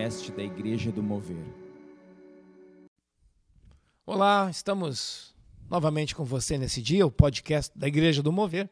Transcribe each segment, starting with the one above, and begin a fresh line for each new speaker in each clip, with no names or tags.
podcast da Igreja do Mover.
Olá, estamos novamente com você nesse dia, o podcast da Igreja do Mover.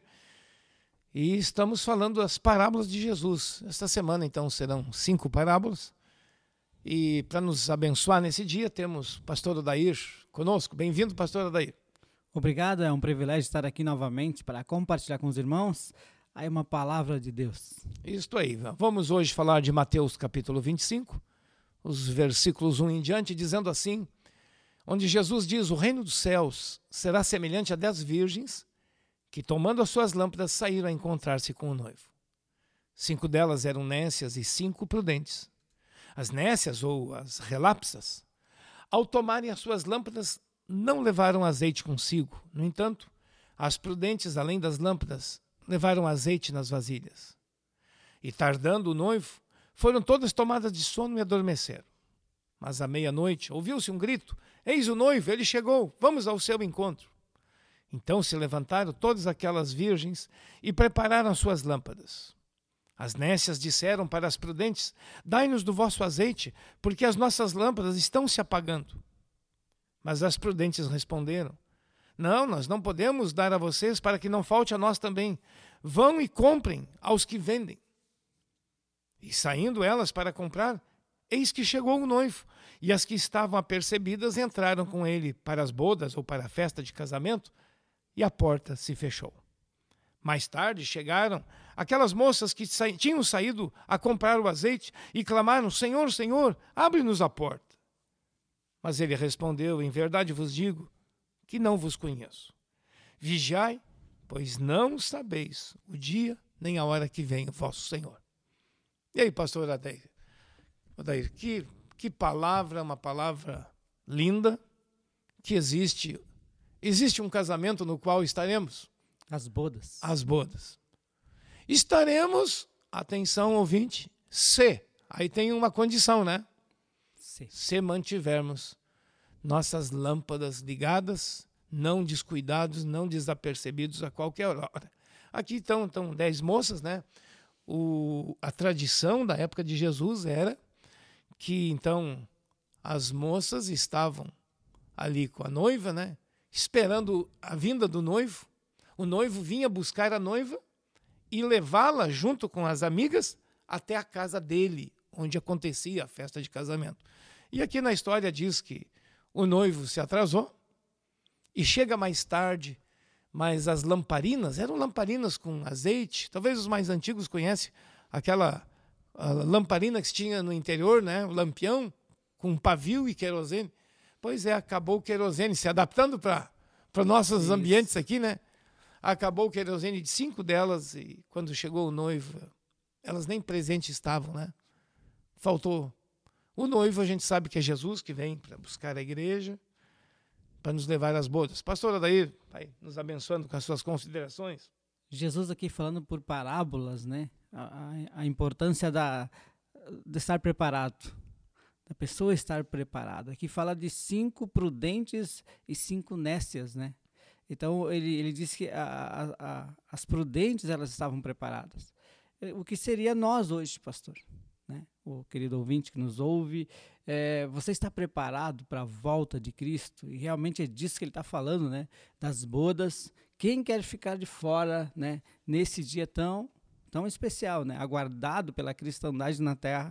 E estamos falando das parábolas de Jesus. Esta semana, então, serão 5 parábolas. E para nos abençoar nesse dia, temos o pastor Odair conosco. Bem-vindo, pastor Odair.
Obrigado, é um privilégio estar aqui novamente para compartilhar com os irmãos aí uma palavra de Deus.
Isso aí. Vamos hoje falar de Mateus capítulo 25, os versículos 1 em diante, dizendo assim, onde Jesus diz, o reino dos céus será semelhante a 10 virgens que, tomando as suas lâmpadas, saíram a encontrar-se com o noivo. 5 delas eram nécias e 5 prudentes. As nécias, ou as relapsas, ao tomarem as suas lâmpadas, não levaram azeite consigo. No entanto, as prudentes, além das lâmpadas, levaram azeite nas vasilhas. E tardando o noivo, foram todas tomadas de sono e adormeceram. Mas à meia-noite ouviu-se um grito, eis o noivo, ele chegou, vamos ao seu encontro. Então se levantaram todas aquelas virgens e prepararam as suas lâmpadas. As nécias disseram para as prudentes, dai-nos do vosso azeite, porque as nossas lâmpadas estão se apagando. Mas as prudentes responderam, não, nós não podemos dar a vocês para que não falte a nós também. Vão e comprem aos que vendem. E saindo elas para comprar, eis que chegou o noivo, e as que estavam apercebidas entraram com ele para as bodas ou para a festa de casamento, e a porta se fechou. Mais tarde chegaram aquelas moças que tinham saído a comprar o azeite e clamaram, Senhor, Senhor, abre-nos a porta. Mas ele respondeu, em verdade vos digo, que não vos conheço. Vigiai, pois não sabeis o dia nem a hora que vem o vosso Senhor. E aí, pastor Odair, que palavra, uma palavra linda, que existe um casamento no qual estaremos?
As bodas.
As bodas. Estaremos, atenção ouvinte, aí tem uma condição, né? Se mantivermos nossas lâmpadas ligadas, não descuidados, não desapercebidos a qualquer hora. Aqui estão 10 moças, né? A tradição da época de Jesus era que, então, as moças estavam ali com a noiva, né? Esperando a vinda do noivo. O noivo vinha buscar a noiva e levá-la junto com as amigas até a casa dele, onde acontecia a festa de casamento. E aqui na história diz que o noivo se atrasou e chega mais tarde, mas as lamparinas, eram lamparinas com azeite, talvez os mais antigos conhecem aquela lamparina que se tinha no interior, né? O lampião com pavio e querosene. Pois é, acabou o querosene, se adaptando para nossos ambientes aqui, né? Acabou o querosene de 5 delas e quando chegou o noivo, elas nem presentes estavam, né? Faltou. O noivo, a gente sabe que é Jesus que vem para buscar a igreja, para nos levar às bodas. Pastor Odair, vai nos abençoando com as suas considerações.
Jesus aqui falando por parábolas, né? A importância de estar preparado, da pessoa estar preparada. Aqui fala de 5 prudentes e 5 nécias, né? Então ele diz que as prudentes elas estavam preparadas. O que seria nós hoje, pastor? Né? O querido ouvinte que nos ouve, você está preparado para a volta de Cristo? E realmente é disso que ele está falando, né? Das bodas. Quem quer ficar de fora, né? Nesse dia tão especial, né? Aguardado pela cristandade na terra.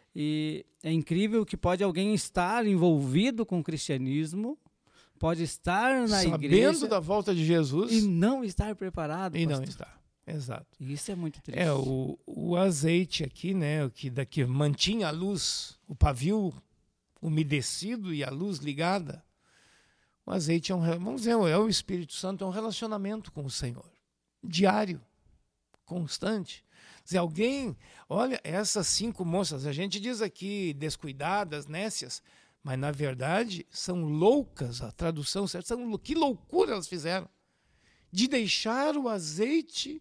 E é incrível que pode alguém estar envolvido com o cristianismo, pode estar na igreja,
sabendo da volta de Jesus
e não estar preparado.
E pastor. Não está. Exato.
Isso é muito triste.
O azeite aqui, né, que mantinha a luz, o pavio umedecido e a luz ligada. O azeite vamos dizer, é o Espírito Santo, é um relacionamento com o Senhor, diário, constante. Quer dizer, alguém, olha, essas 5 moças, a gente diz aqui descuidadas, nécias, mas na verdade são loucas, a tradução certa, que loucura elas fizeram, de deixar o azeite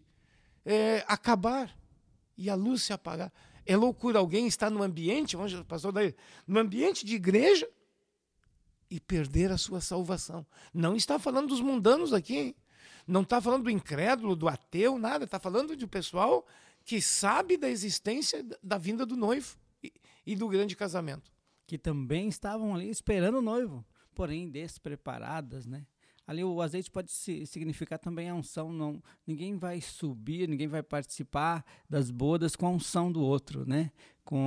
acabar e a luz se apagar. É loucura alguém estar no ambiente, pastor Daí, no ambiente de igreja e perder a sua salvação. Não está falando dos mundanos aqui, hein? Não está falando do incrédulo, do ateu, nada. Está falando de um pessoal que sabe da existência da vinda do noivo e do grande casamento.
Que também estavam ali esperando o noivo, porém despreparadas, né? Ali o azeite pode significar também a unção. Não, ninguém vai subir, ninguém vai participar das bodas com a unção do outro, né? Com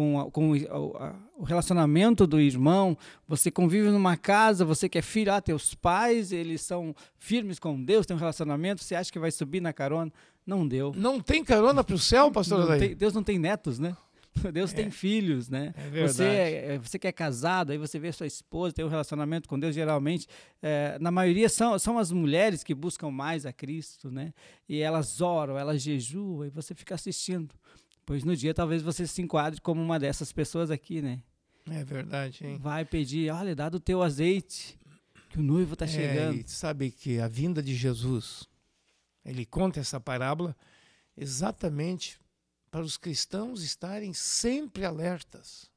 o relacionamento do irmão. Você convive numa casa, você que é filho, teus pais, eles são firmes com Deus, tem um relacionamento, você acha que vai subir na carona? Não deu.
Não tem carona para o céu, pastor Adair?
Deus não tem netos, né? Deus tem filhos, né?
É verdade.
Você que é casado, aí você vê sua esposa, tem um relacionamento com Deus, geralmente, na maioria são as mulheres que buscam mais a Cristo, né? E elas oram, elas jejuam, e você fica assistindo. Pois no dia talvez você se enquadre como uma dessas pessoas aqui, né?
É verdade, hein?
Vai pedir, olha, dá do teu azeite, que o noivo está chegando.
E sabe que a vinda de Jesus, ele conta essa parábola exatamente para os cristãos estarem sempre alertas.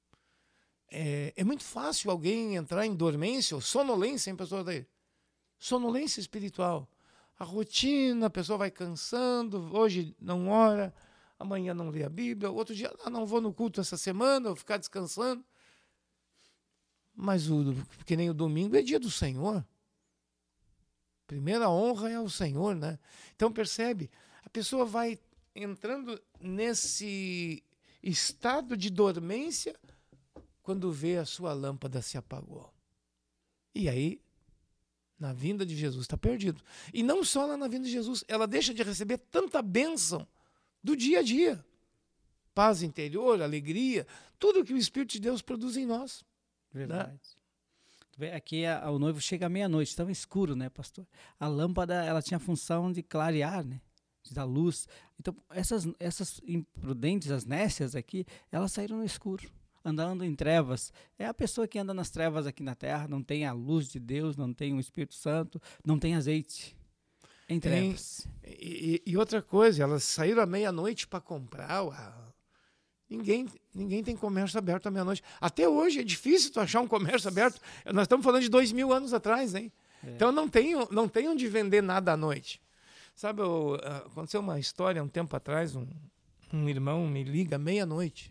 É muito fácil alguém entrar em dormência ou sonolência, hein, pastor Adair? Sonolência espiritual. A rotina, a pessoa vai cansando, hoje não ora, amanhã não lê a Bíblia, outro dia, não vou no culto essa semana, vou ficar descansando. Mas que nem o domingo é dia do Senhor. Primeira honra é ao Senhor, né? Então percebe, a pessoa vai entrando nesse estado de dormência quando vê a sua lâmpada se apagou. E aí, na vinda de Jesus, está perdido. E não só lá na vinda de Jesus, ela deixa de receber tanta bênção do dia a dia. Paz interior, alegria, tudo que o Espírito de Deus produz em nós.
Verdade. Né? Aqui o noivo chega à meia-noite, estava escuro, né, pastor? A lâmpada, ela tinha a função de clarear, né? De dar luz. Então, essas imprudentes, as nécias aqui, elas saíram no escuro, andando em trevas. É a pessoa que anda nas trevas aqui na terra, não tem a luz de Deus, não tem o Espírito Santo, não tem azeite. Em trevas.
E outra coisa, elas saíram à meia-noite para comprar. Ninguém tem comércio aberto à meia-noite. Até hoje é difícil tu achar um comércio aberto. Nós estamos falando de 2000 anos atrás, hein? Então não tem onde vender nada à noite. Sabe, aconteceu uma história um tempo atrás, um irmão me liga meia-noite.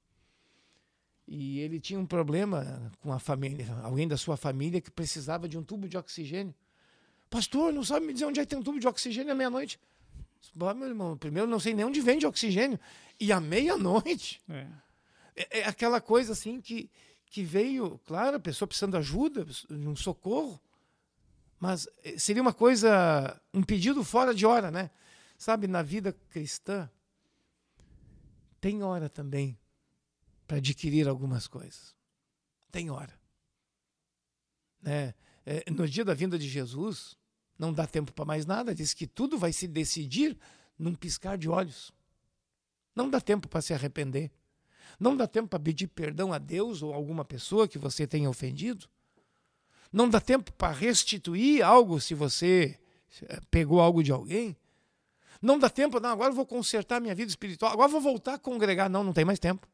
E ele tinha um problema com a família, alguém da sua família que precisava de um tubo de oxigênio. Pastor, não sabe me dizer onde é que tem um tubo de oxigênio à meia-noite? Meu irmão, primeiro não sei nem onde vende oxigênio. E à meia-noite. É aquela coisa assim que veio, claro, a pessoa precisando de ajuda, de um socorro. Mas seria uma coisa, um pedido fora de hora, né? Sabe, na vida cristã, tem hora também para adquirir algumas coisas. Tem hora. Né? No dia da vinda de Jesus, não dá tempo para mais nada, diz que tudo vai se decidir num piscar de olhos. Não dá tempo para se arrepender. Não dá tempo para pedir perdão a Deus ou a alguma pessoa que você tenha ofendido. Não dá tempo para restituir algo se você pegou algo de alguém. Não dá tempo, não, agora eu vou consertar minha vida espiritual, agora eu vou voltar a congregar. Não tem mais tempo.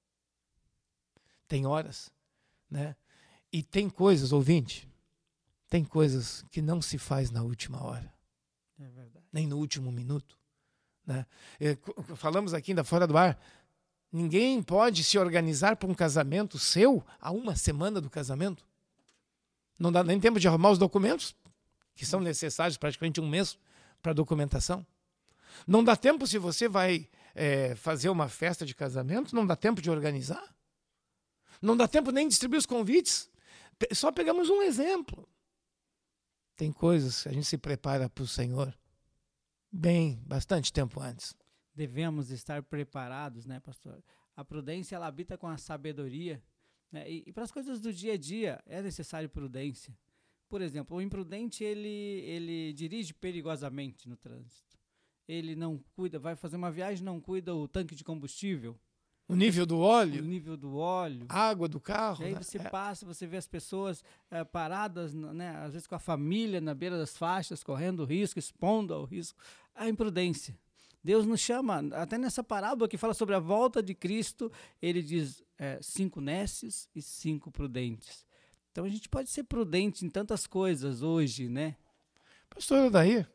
Tem horas, né? E tem coisas, ouvinte, tem coisas que não se faz na última hora.
É verdade.
Nem no último minuto. Né? Falamos aqui ainda fora do ar, ninguém pode se organizar para um casamento seu a uma semana do casamento. Não dá nem tempo de arrumar os documentos, que são necessários praticamente um mês para a documentação. Não dá tempo se você vai fazer uma festa de casamento, não dá tempo de organizar. Não dá tempo nem de distribuir os convites. Só pegamos um exemplo. Tem coisas que a gente se prepara para o Senhor bastante tempo antes.
Devemos estar preparados, né, pastor? A prudência, ela habita com a sabedoria. Né? E para as coisas do dia a dia, é necessário prudência. Por exemplo, o imprudente, ele dirige perigosamente no trânsito. Ele não cuida, vai fazer uma viagem, não cuida o tanque de combustível.
O nível do óleo.
A
água do carro.
E aí você passa, você vê as pessoas paradas, né, às vezes com a família na beira das faixas, correndo risco, expondo ao risco. A imprudência. Deus nos chama, até nessa parábola que fala sobre a volta de Cristo, ele diz 5 nécios e 5 prudentes. Então a gente pode ser prudente em tantas coisas hoje, né?
Pastor Adair,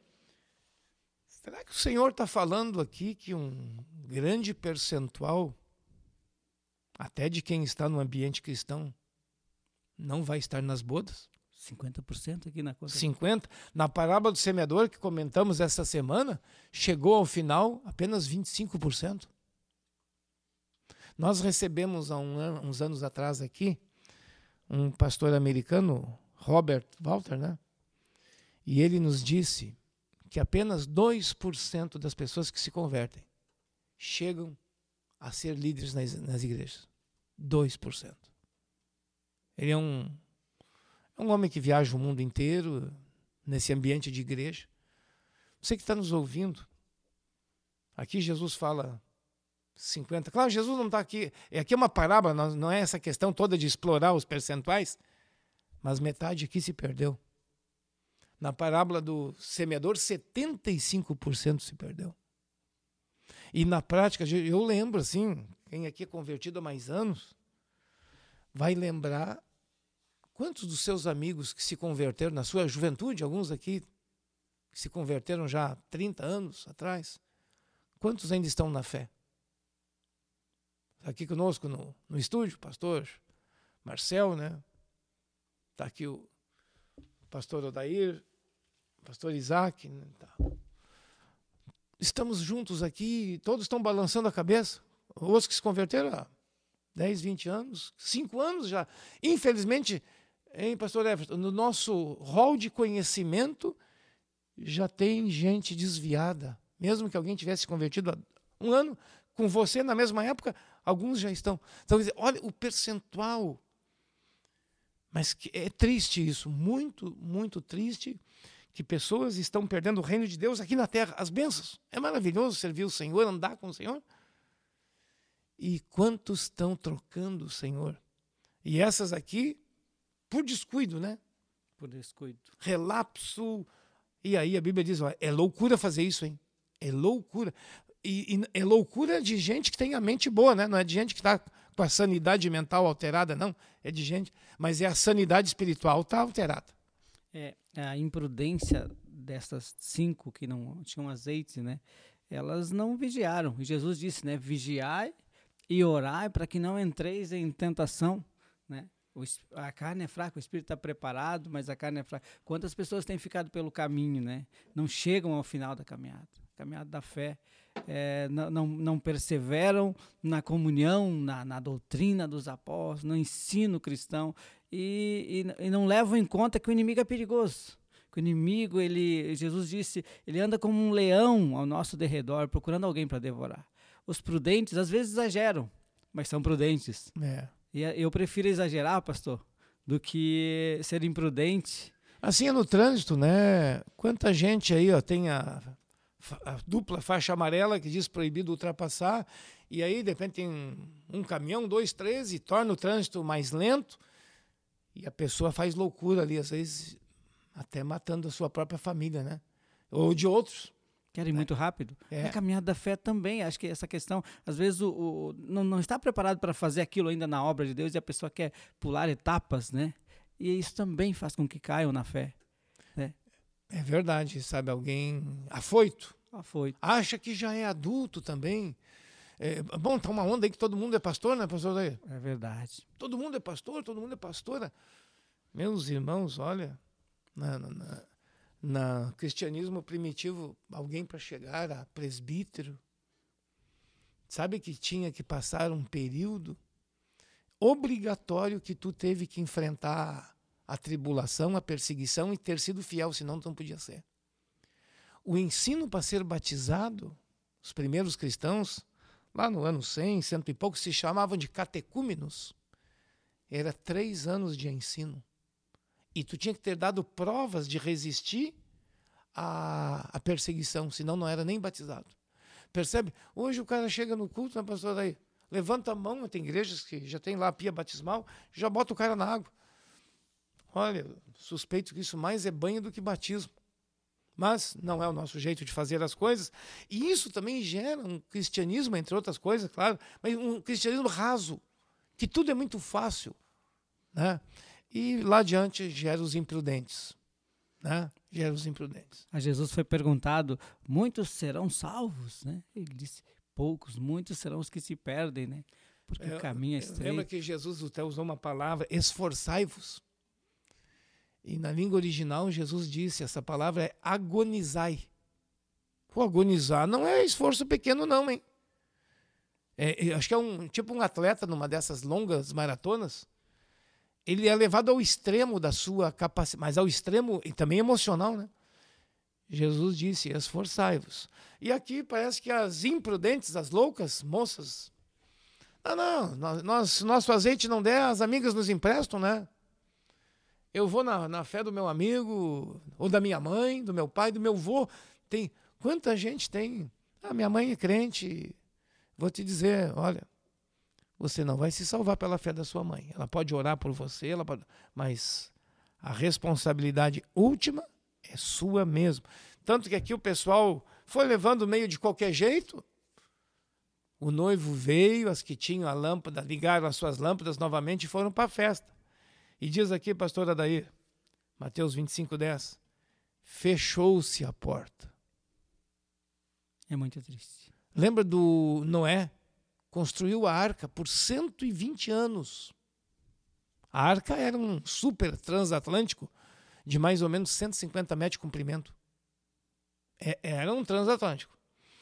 será que o Senhor está falando aqui que um grande percentual até de quem está no ambiente cristão, não vai estar nas bodas.
50% aqui na conta.
50%. Na parábola do semeador que comentamos essa semana, chegou ao final apenas 25%. Nós recebemos há uns anos atrás aqui um pastor americano, Robert Walter, né? E ele nos disse que apenas 2% das pessoas que se convertem chegam a ser líderes nas igrejas. 2%. Ele é um homem que viaja o mundo inteiro nesse ambiente de igreja. Você que está nos ouvindo, aqui Jesus fala 50%. Claro, Jesus não está aqui. Aqui é uma parábola, não é essa questão toda de explorar os percentuais, mas metade aqui se perdeu. Na parábola do semeador, 75% se perdeu. E na prática, eu lembro assim, quem aqui é convertido há mais anos, vai lembrar quantos dos seus amigos que se converteram na sua juventude, alguns aqui que se converteram já há 30 anos atrás, quantos ainda estão na fé? Está aqui conosco no estúdio, pastor Marcel, né? Está aqui o pastor Odair, pastor Isaac, né? Tá. Estamos juntos aqui, todos estão balançando a cabeça. Os que se converteram há 10, 20 anos, 5 anos já. Infelizmente, hein, pastor Everton, no nosso hall de conhecimento já tem gente desviada. Mesmo que alguém tivesse se convertido há um ano, com você na mesma época, alguns já estão. Então, olha o percentual. Mas é triste isso, muito, muito triste, que pessoas estão perdendo o reino de Deus aqui na terra, as bênçãos. É maravilhoso servir o Senhor, andar com o Senhor. E quantos estão trocando o Senhor? E essas aqui, por descuido, né?
Por descuido.
Relapso. E aí a Bíblia diz, ó, é loucura fazer isso, hein? É loucura. E é loucura de gente que tem a mente boa, né? Não é de gente que está com a sanidade mental alterada, não. É de gente, mas é a sanidade espiritual está alterada.
É, a imprudência dessas 5 que não tinham azeite, né? Elas não vigiaram. E Jesus disse, né? Vigiai e orai para que não entreis em tentação, né? A carne é fraca, o espírito está preparado, mas a carne é fraca. Quantas pessoas têm ficado pelo caminho, né? Não chegam ao final da caminhada da fé. Não perseveram na comunhão, na doutrina dos apóstolos, no ensino cristão e não levam em conta que o inimigo é perigoso. Que o inimigo, Jesus disse, ele anda como um leão ao nosso derredor, procurando alguém para devorar. Os prudentes às vezes exageram, mas são prudentes. E eu prefiro exagerar, pastor, do que ser imprudente.
Assim é no trânsito, né? Quanta gente aí, ó, tem a dupla faixa amarela que diz proibido ultrapassar, e aí de repente tem um caminhão, 2, 3, e torna o trânsito mais lento, e a pessoa faz loucura ali, às vezes até matando a sua própria família, né? Ou de outros.
Querem muito rápido. A caminhada da fé também, acho que essa questão, às vezes não está preparado para fazer aquilo ainda na obra de Deus, e a pessoa quer pular etapas, né? E isso também faz com que caiam na fé, né?
É verdade, sabe, alguém afoito. Acha que já é adulto também. Bom, tá uma onda aí que todo mundo é pastor, né, pastor?
É verdade.
Todo mundo é pastor, todo mundo é pastora. Meus irmãos, olha, no cristianismo primitivo, alguém para chegar a presbítero, sabe que tinha que passar um período obrigatório que tu teve que enfrentar a tribulação, a perseguição e ter sido fiel, senão não podia ser. O ensino para ser batizado, os primeiros cristãos, lá no ano 100, cento e pouco, se chamavam de catecúmenos. Era 3 anos de ensino. E tu tinha que ter dado provas de resistir à perseguição, senão não era nem batizado. Percebe? Hoje o cara chega no culto, né, pastor, aí, levanta a mão, tem igrejas que já tem lá a pia batismal, já bota o cara na água. Olha, suspeito que isso mais é banho do que batismo. Mas não é o nosso jeito de fazer as coisas. E isso também gera um cristianismo, entre outras coisas, claro, mas um cristianismo raso, que tudo é muito fácil, né? E lá adiante gera os imprudentes, né? Gera os imprudentes.
A Jesus foi perguntado, muitos serão salvos, né? Ele disse, poucos, muitos serão os que se perdem, né? porque o caminho é estreito.
Lembra que Jesus até usou uma palavra, esforçai-vos. E na língua original, Jesus disse, essa palavra é agonizai. Pô, agonizar não é esforço pequeno não, hein? Acho que é tipo um atleta numa dessas longas maratonas, ele é levado ao extremo da sua capacidade, mas ao extremo e também emocional, né? Jesus disse, esforçai-vos. E aqui parece que as imprudentes, as loucas moças, se nosso azeite não der, as amigas nos emprestam, né? Eu vou na fé do meu amigo, ou da minha mãe, do meu pai, do meu avô. Quanta gente tem? Minha mãe é crente. Vou te dizer, olha, você não vai se salvar pela fé da sua mãe. Ela pode orar por você, mas a responsabilidade última é sua mesmo. Tanto que aqui o pessoal foi levando meio de qualquer jeito. O noivo veio, as que tinham a lâmpada, ligaram as suas lâmpadas novamente e foram para a festa. E diz aqui, pastor Adair, Mateus 25:10, fechou-se a porta.
É muito triste.
Lembra do Noé? Construiu a arca por 120 anos. A arca era um super transatlântico de mais ou menos 150 metros de comprimento. Era um transatlântico.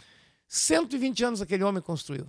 120 anos aquele homem construiu.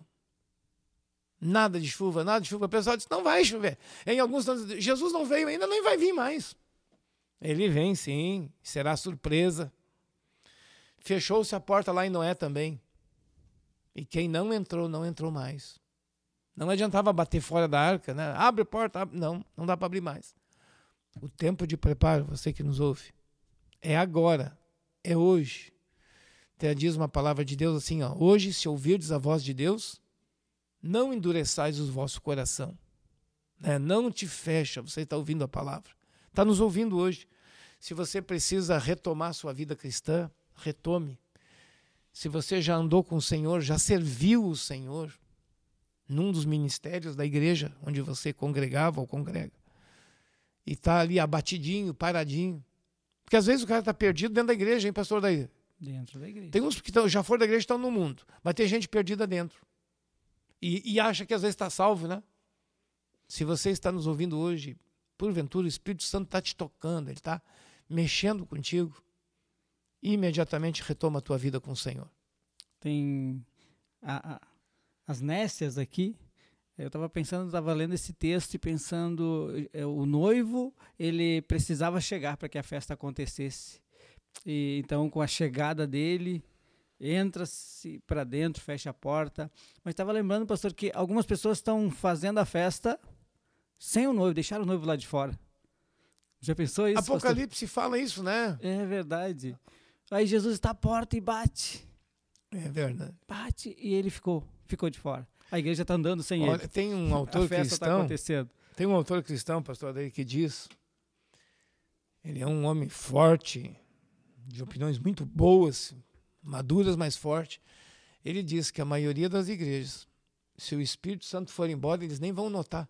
Nada de chuva, nada de chuva. O pessoal disse, não vai chover. Em alguns anos, Jesus não veio ainda, nem vai vir mais. Ele vem sim, será surpresa. Fechou-se a porta lá em Noé também. E quem não entrou, não entrou mais. Não adiantava bater fora da arca, né? Abre a porta, abre. Não dá para abrir mais. O tempo de preparo, você que nos ouve, é agora, é hoje. Até diz uma palavra de Deus assim, ó, hoje, se ouvirdes a voz de Deus, não endureçais o vosso coração. Né? Não te fecha, você está ouvindo a palavra. Está nos ouvindo hoje. Se você precisa retomar sua vida cristã, retome. Se você já andou com o Senhor, já serviu o Senhor num dos ministérios da igreja onde você congregava ou congrega, e está ali abatidinho, paradinho. Porque às vezes o cara está perdido dentro da igreja, hein, pastor Daí?
Dentro da igreja.
Tem uns que já foram da igreja e estão no mundo, mas tem gente perdida dentro. E acha que às vezes está salvo, né? Se você está nos ouvindo hoje, porventura o Espírito Santo está te tocando, ele está mexendo contigo, imediatamente retoma a tua vida com o Senhor.
Tem as nécias aqui. Eu estava lendo esse texto e pensando, o noivo, ele precisava chegar para que a festa acontecesse. E então, com a chegada dele, entra-se para dentro, fecha a porta. Mas estava lembrando, pastor, que algumas pessoas estão fazendo a festa sem o noivo, deixaram o noivo lá de fora. Já pensou isso,
Apocalipse
pastor?
fala isso, né?
É verdade. Aí Jesus está à porta e bate.
É verdade.
Bate e ele ficou de fora. A igreja está andando sem ele.
Tem um autor
a festa
cristão.
Está acontecendo.
Tem um autor cristão, pastor Adair, que diz, ele é um homem forte, de opiniões muito boas, maduras, mas forte. Ele diz que a maioria das igrejas, se o Espírito Santo for embora, eles nem vão notar.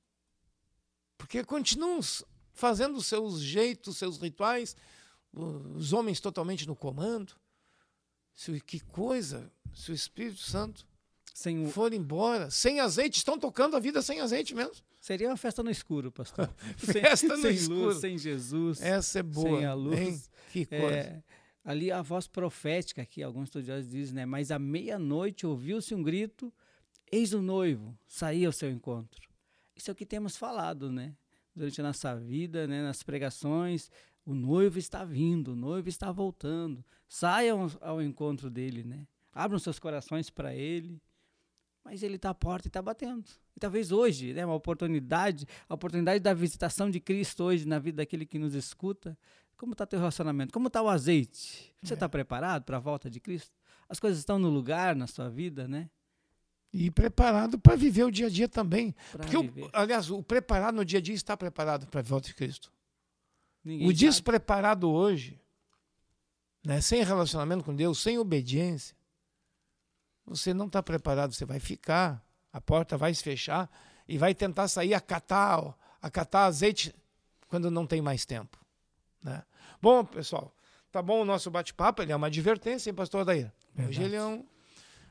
Porque continuam fazendo os seus jeitos, seus rituais, os homens totalmente no comando. Que coisa, se o Espírito Santo for embora, sem azeite, estão tocando a vida sem azeite mesmo.
Seria uma festa no escuro, pastor.
Festa no escuro.
Luz, sem Jesus.
Essa é boa.
Sem a luz.
Hein? Que coisa.
Ali a voz profética, aqui alguns estudiosos dizem, né? Mas à meia-noite ouviu-se um grito, eis o noivo, saía ao seu encontro. Isso é o que temos falado, né? Durante a nossa vida, né? Nas pregações, o noivo está vindo, o noivo está voltando. Saiam ao encontro dele, né? Abram seus corações para ele. Mas ele está à porta e está batendo. E talvez hoje, né, a oportunidade da visitação de Cristo hoje na vida daquele que nos escuta. Como está teu relacionamento? Como está o azeite? Você está preparado para a volta de Cristo? As coisas estão no lugar na sua vida, né?
E preparado para viver o dia a dia também. Porque, aliás, o preparado no dia a dia está preparado para a volta de Cristo.
Ninguém
o despreparado hoje, né, sem relacionamento com Deus, sem obediência, você não está preparado, você vai ficar, a porta vai se fechar e vai tentar sair a catar azeite quando não tem mais tempo. Né? Bom, pessoal, tá bom o nosso bate-papo, ele é uma advertência, hein, pastor Adair? Hoje ele é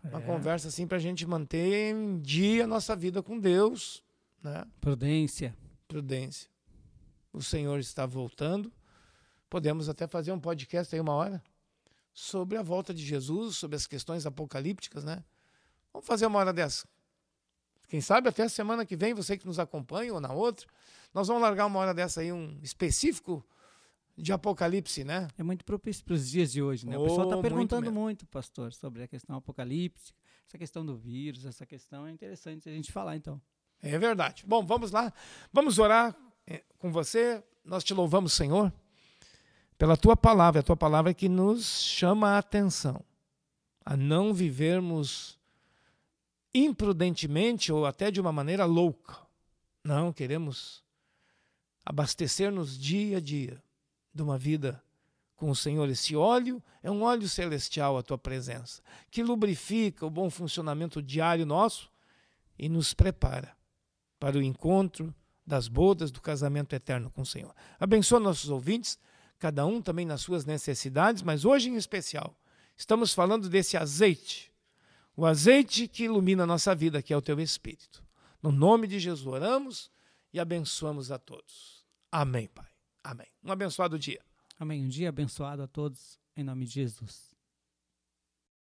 Uma conversa assim para a gente manter em dia a nossa vida com Deus, né?
Prudência.
Prudência. O Senhor está voltando. Podemos até fazer um podcast aí 1 hora sobre a volta de Jesus, sobre as questões apocalípticas, né? Vamos fazer 1 hora dessa. Quem sabe até a semana que vem, você que nos acompanha ou na outra, nós vamos largar 1 hora dessa aí, um específico de Apocalipse, né?
É muito propício para os dias de hoje, né? O pessoal está perguntando muito, pastor, sobre a questão apocalíptica, essa questão do vírus, essa questão é interessante a gente falar, então.
É verdade. Bom, vamos lá. Vamos orar com você. Nós te louvamos, Senhor, pela Tua palavra. A Tua palavra que nos chama a atenção a não vivermos imprudentemente ou até de uma maneira louca. Não, queremos abastecer-nos dia a dia de uma vida com o Senhor. Esse óleo é um óleo celestial, a Tua presença, que lubrifica o bom funcionamento diário nosso e nos prepara para o encontro das bodas do casamento eterno com o Senhor. Abençoa nossos ouvintes, cada um também nas suas necessidades, mas hoje em especial estamos falando desse azeite, o azeite que ilumina a nossa vida, que é o Teu Espírito. No nome de Jesus oramos e abençoamos a todos. Amém, Pai. Amém. Um abençoado dia.
Amém. Um dia abençoado a todos, em nome de Jesus.